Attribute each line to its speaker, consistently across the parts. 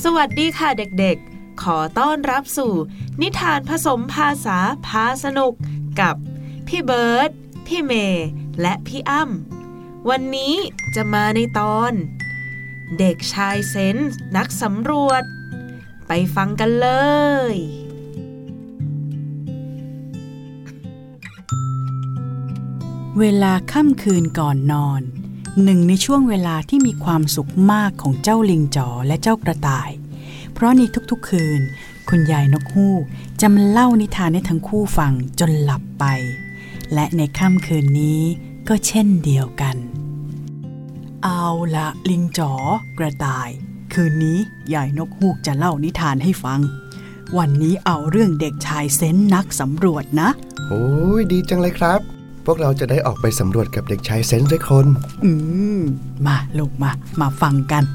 Speaker 1: สวัสดีค่ะเด็กๆขอต้อนรับสู่นิทานผสมภาษาพาสนุกกับพี่เบิร์ดพี่เมย์และพี่อ้ำวันนี้จะมาในตอนเด็กชายเซนส์นักสำรวจไปฟังกันเลย
Speaker 2: เวลาค่ำคืนก่อนนอนหนึ่งในช่วงเวลาที่มีความสุขมากของเจ้าลิงจ๋อและเจ้ากระต่ายเพราะในทุกๆคืนคุณยายนกฮูกจะมาเล่านิทานให้ทั้งคู่ฟังจนหลับไปและในค่ำคืนนี้ก็เช่นเดียวกันเอาละลิงจ๋อกระต่ายคืนนี้ยายนกฮูกจะเล่านิทานให้ฟังวันนี้เอาเรื่องเด็กชายเซนส์นักสำรวจนะ
Speaker 3: โอ้ยดีจังเลยครับพวกเราจะได้ออกไปสำรวจกับเด็กชายเซนส์ด้วยคน
Speaker 2: มาลูกมาฟังกัน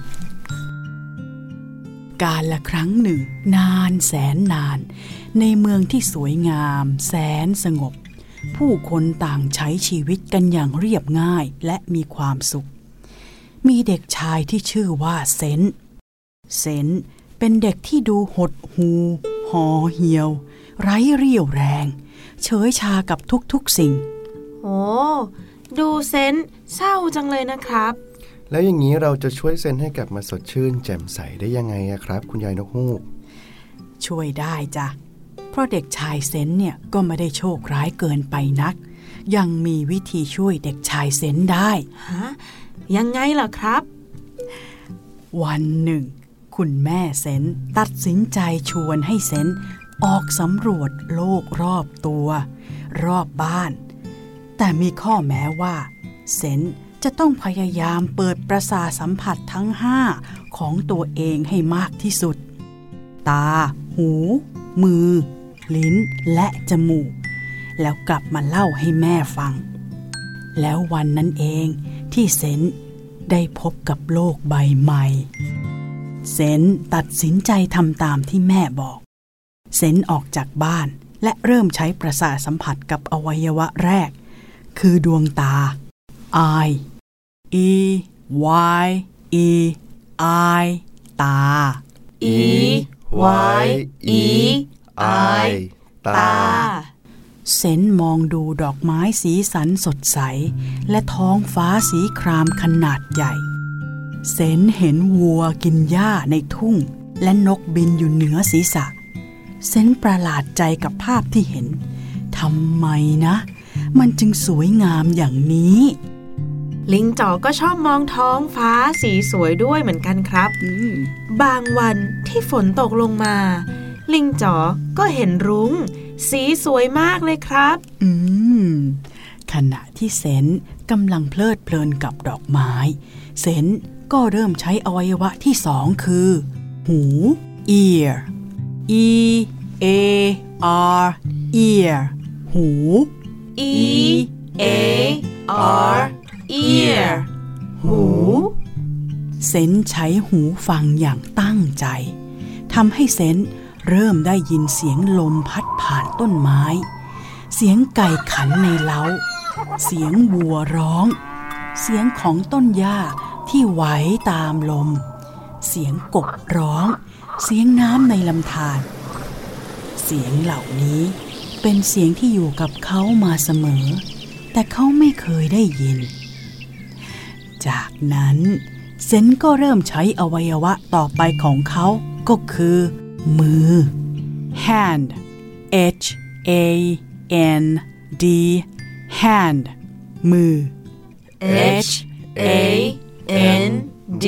Speaker 2: กาลละครั้งหนึ่งนานแสนนานในเมืองที่สวยงามแสนสงบผู้คนต่างใช้ชีวิตกันอย่างเรียบง่ายและมีความสุขมีเด็กชายที่ชื่อว่าเซนส์เป็นเด็กที่ดูหดหู่ห่อเหี่ยวไร้เรี่ยวแรงเฉยชากับทุกๆสิ่ง
Speaker 1: โอ้ดูเซนส์เศร้าจังเลยนะครับ
Speaker 3: แล้วอย่างนี้เราจะช่วยเซนให้กลับมาสดชื่นแจ่มใสได้ยังไงครับคุณยายนกฮูก
Speaker 2: ช่วยได้จ้ะเพราะเด็กชายเซนเนี่ยก็ไม่ได้โชคร้ายเกินไปนักยังมีวิธีช่วยเด็กชายเซนได้
Speaker 1: ฮะยังไงล่ะครับ
Speaker 2: วันหนึ่งคุณแม่เซนตัดสินใจชวนให้เซนออกสำรวจโลกรอบตัวรอบบ้านแต่มีข้อแม้ว่าเซนจะต้องพยายามเปิดประสาทสัมผัสทั้ง5ของตัวเองให้มากที่สุดตาหูมือลิ้นและจมูกแล้วกลับมาเล่าให้แม่ฟังแล้ววันนั้นเองที่เซนได้พบกับโลกใบใหม่เซนตัดสินใจทำตามที่แม่บอกเซนออกจากบ้านและเริ่มใช้ประสาทสัมผัสกับอวัยวะแรกคือดวงตา Eye E Y E Eye ตา
Speaker 1: E Y E Eye ตา
Speaker 2: เซนมองดูดอกไม้สีสันสดใสและท้องฟ้าสีครามขนาดใหญ่เซนเห็นวัวกินหญ้าในทุ่งและนกบินอยู่เหนือศีรษะเซนประหลาดใจกับภาพที่เห็นทำไมนะมันจึงสวยงามอย่างนี้
Speaker 1: ลิงจ๋อก็ชอบมองท้องฟ้าสีสวยด้วยเหมือนกันครับบางวันที่ฝนตกลงมาลิงจ๋อก็เห็นรุ้งสีสวยมากเลยครับ
Speaker 2: ขณะที่เซนกำลังเพลิดเพลินกับดอกไม้เซนก็เริ่มใช้อวัยวะที่2คือหู ear E A R ear หู
Speaker 1: E A R ear หู
Speaker 2: เซนใช้หูฟังอย่างตั้งใจทำให้เซนเริ่มได้ยินเสียงลมพัดผ่านต้นไม้เสียงไก่ขันในเล้าเสียงวัวร้องเสียงของต้นหญ้าที่ไหวตามลมเสียงกบร้องเสียงน้ำในลำธารเสียงเหล่านี้เป็นเสียงที่อยู่กับเขามาเสมอแต่เขาไม่เคยได้ยินจากนั้นเซนก็เริ่มใช้อวัยวะต่อไปของเขาก็คือมือ hand H A N D hand มือ
Speaker 1: H A N D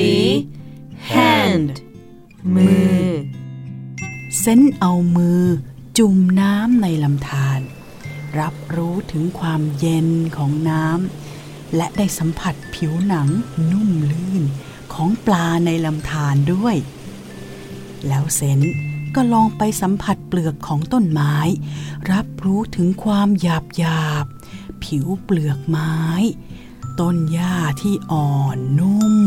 Speaker 1: hand มือ
Speaker 2: เซนเอามือจุ่มน้ำในลำธารรับรู้ถึงความเย็นของน้ำและได้สัมผัสผิวหนังนุ่มลื่นของปลาในลำธารด้วยแล้วเซนก็ลองไปสัมผัสเปลือกของต้นไม้รับรู้ถึงความหยาบผิวเปลือกไม้ต้นหญ้าที่อ่อนนุ่ม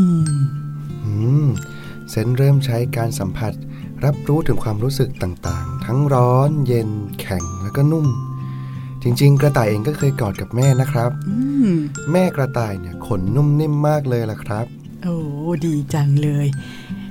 Speaker 3: เซนเริ่มใช้การสัมผัสรับรู้ถึงความรู้สึกต่างๆทั้งร้อนเย็นแข็งแล้วก็นุ่มจริงๆกระต่ายเองก็เคยกอดกับแม่นะครับแม่กระต่ายเนี่ยขนนุ่มนิ่มมากเลยล่ะครับ
Speaker 2: โอ้ดีจังเลย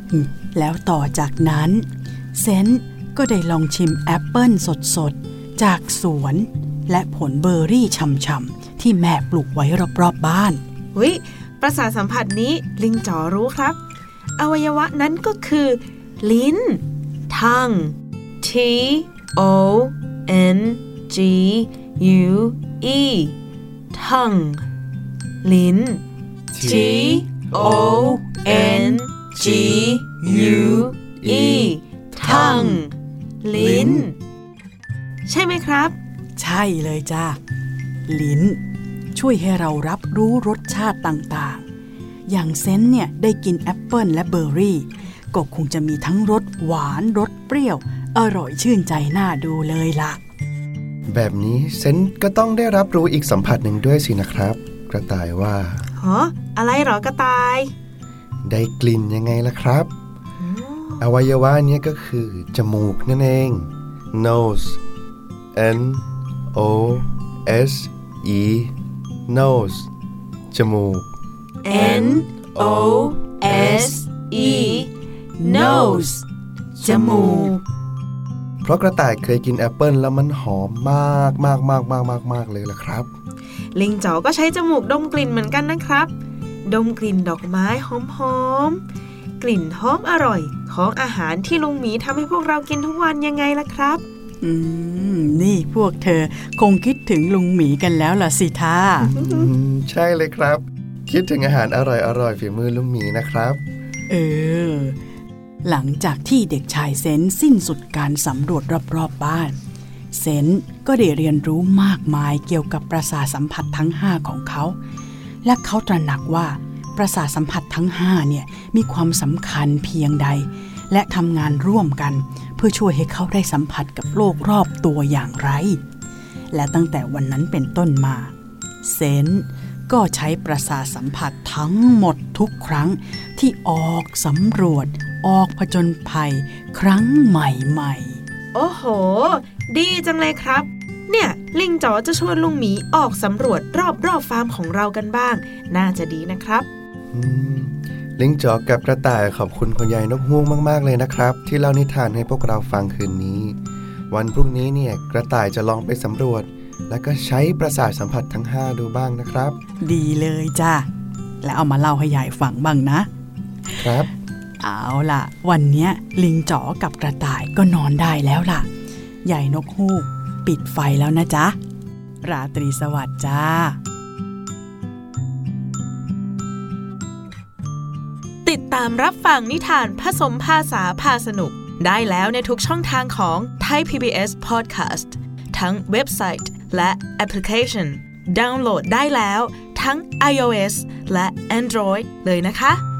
Speaker 2: แล้วต่อจากนั้นเซนต์ก็ได้ลองชิมแอปเปิ้ลสดๆจากสวนและผลเบอร์รี่ช่ำๆที่แม่ปลูกไว้รอบๆบ้าน
Speaker 1: ประสาทสัมผัสนี้ลิงจ๋อรู้ครับอวัยวะนั้นก็คือลิ้น tongue T O N G U E tongue ลิ้น T O N G U E tongue ลิ้นใช่ไหมครับ
Speaker 2: ใช่เลยจ้าลิ้นช่วยให้เรารับรู้รสชาติต่างๆอย่างเซนเนี่ยได้กินแอปเปิ้ลและเบอร์รี่ก็คงจะมีทั้งรสหวานรสเปรี้ยวอร่อยชื่นใจน่าดูเลยล่ะ
Speaker 3: แบบนี้เซนก็ต้องได้รับรู้อีกสัมผัสหนึ่งด้วยสินะครับกระต่ายว่า
Speaker 1: อะไรหรอกระต่าย
Speaker 3: ได้กลิ่นยังไงล่ะครับอวัยวะนี้ก็คือจมูกนั่นเอง nose N O S E nose จมูก
Speaker 1: N O S E nose จมูก
Speaker 3: เพราะกระต่ายเคยกินแอปเปิ้ลแล้วมันหอมมากเลยล่ะครับ
Speaker 1: ลิงจ๋อก็ใช้จมูกดมกลิ่นเหมือนกันนะครับดมกลิ่นดอกไม้หอมๆกลิ่นหอมอร่อยของอาหารที่ลุงหมีทำให้พวกเรากินทุกวันยังไงล่ะครับ
Speaker 2: นี่พวกเธอคงคิดถึงลุงหมีกันแล้วล่ะสิท่า
Speaker 3: ใช่เลยครับคิดถึงอาหารอร่อยฝีมือลุงหมีนะครับ
Speaker 2: หลังจากที่เด็กชายเซนสิ้นสุดการสำรวจรอบๆบ้านเซนก็ได้เรียนรู้มากมายเกี่ยวกับประสาทสัมผัสทั้ง5ของเขาและเขาตระหนักว่าประสาทสัมผัสทั้ง5เนี่ยมีความสำคัญเพียงใดและทำงานร่วมกันเพื่อช่วยให้เขาได้สัมผัสกับโลกรอบตัวอย่างไรและตั้งแต่วันนั้นเป็นต้นมาเซนก็ใช้ประสาทสัมผัสทั้งหมดทุกครั้งที่ออกสำรวจออกผจญภัยครั้งใหม่
Speaker 1: ๆโอ้โหดีจังเลยครับเนี่ยลิงจ๋อจะชวนลุงหมีออกสำรวจรอบฟาร์มของเรากันบ้างน่าจะดีนะครับ
Speaker 3: ลิงจ๋อกับกระต่ายขอบคุณคุณยายนกฮูกมากๆเลยนะครับที่เล่านิทานให้พวกเราฟังคืนนี้วันพรุ่งนี้เนี่ยกระต่ายจะลองไปสำรวจแล้วก็ใช้ประสาทสัมผัสทั้ง5ดูบ้างนะครับ
Speaker 2: ดีเลยจ้ะแล้วเอามาเล่าให้ยายฟังบ้างนะครับเอาล่ะวันนี้ลิงจ๋อกับกระต่ายก็นอนได้แล้วล่ะยายนกฮูกปิดไฟแล้วนะจ๊ะราตรีสวัสดิ์จ้า
Speaker 1: ติดตามรับฟังนิทานผสมภาษาพาสนุกได้แล้วในทุกช่องทางของ Thai PBS Podcast ทั้งเว็บไซต์และแอปพลิเคชันดาวน์โหลดได้แล้วทั้ง iOS และ Android เลยนะคะ